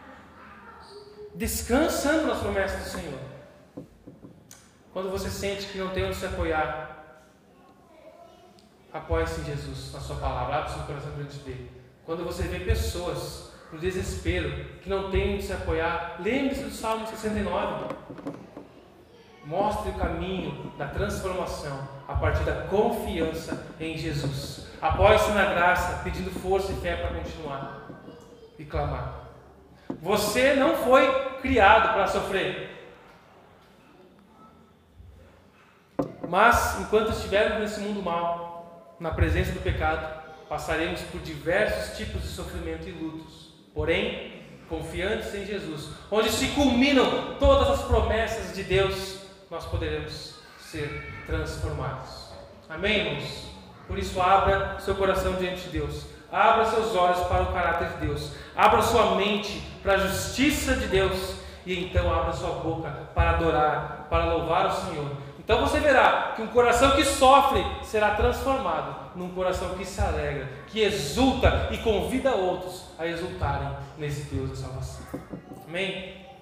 descansando nas promessas do Senhor. Quando você sente que não tem onde se apoiar, apoie-se em Jesus, na sua palavra, abra o seu coração diante dele. Quando você vê pessoas no desespero, que não têm onde se apoiar, lembre-se do Salmo sessenta e nove. Mostre o caminho da transformação a partir da confiança em Jesus. Apoie-se na graça, pedindo força e fé para continuar e clamar. Você não foi criado para sofrer. Mas, enquanto estivermos nesse mundo mau, na presença do pecado, passaremos por diversos tipos de sofrimento e lutos. Porém, confiantes em Jesus, onde se culminam todas as promessas de Deus, nós poderemos ser transformados. Amém, irmãos? Por isso, abra seu coração diante de Deus. Abra seus olhos para o caráter de Deus. Abra sua mente para a justiça de Deus. E então abra sua boca para adorar, para louvar o Senhor. Então você verá que um coração que sofre será transformado num coração que se alegra, que exulta e convida outros a exultarem nesse Deus da salvação. Amém?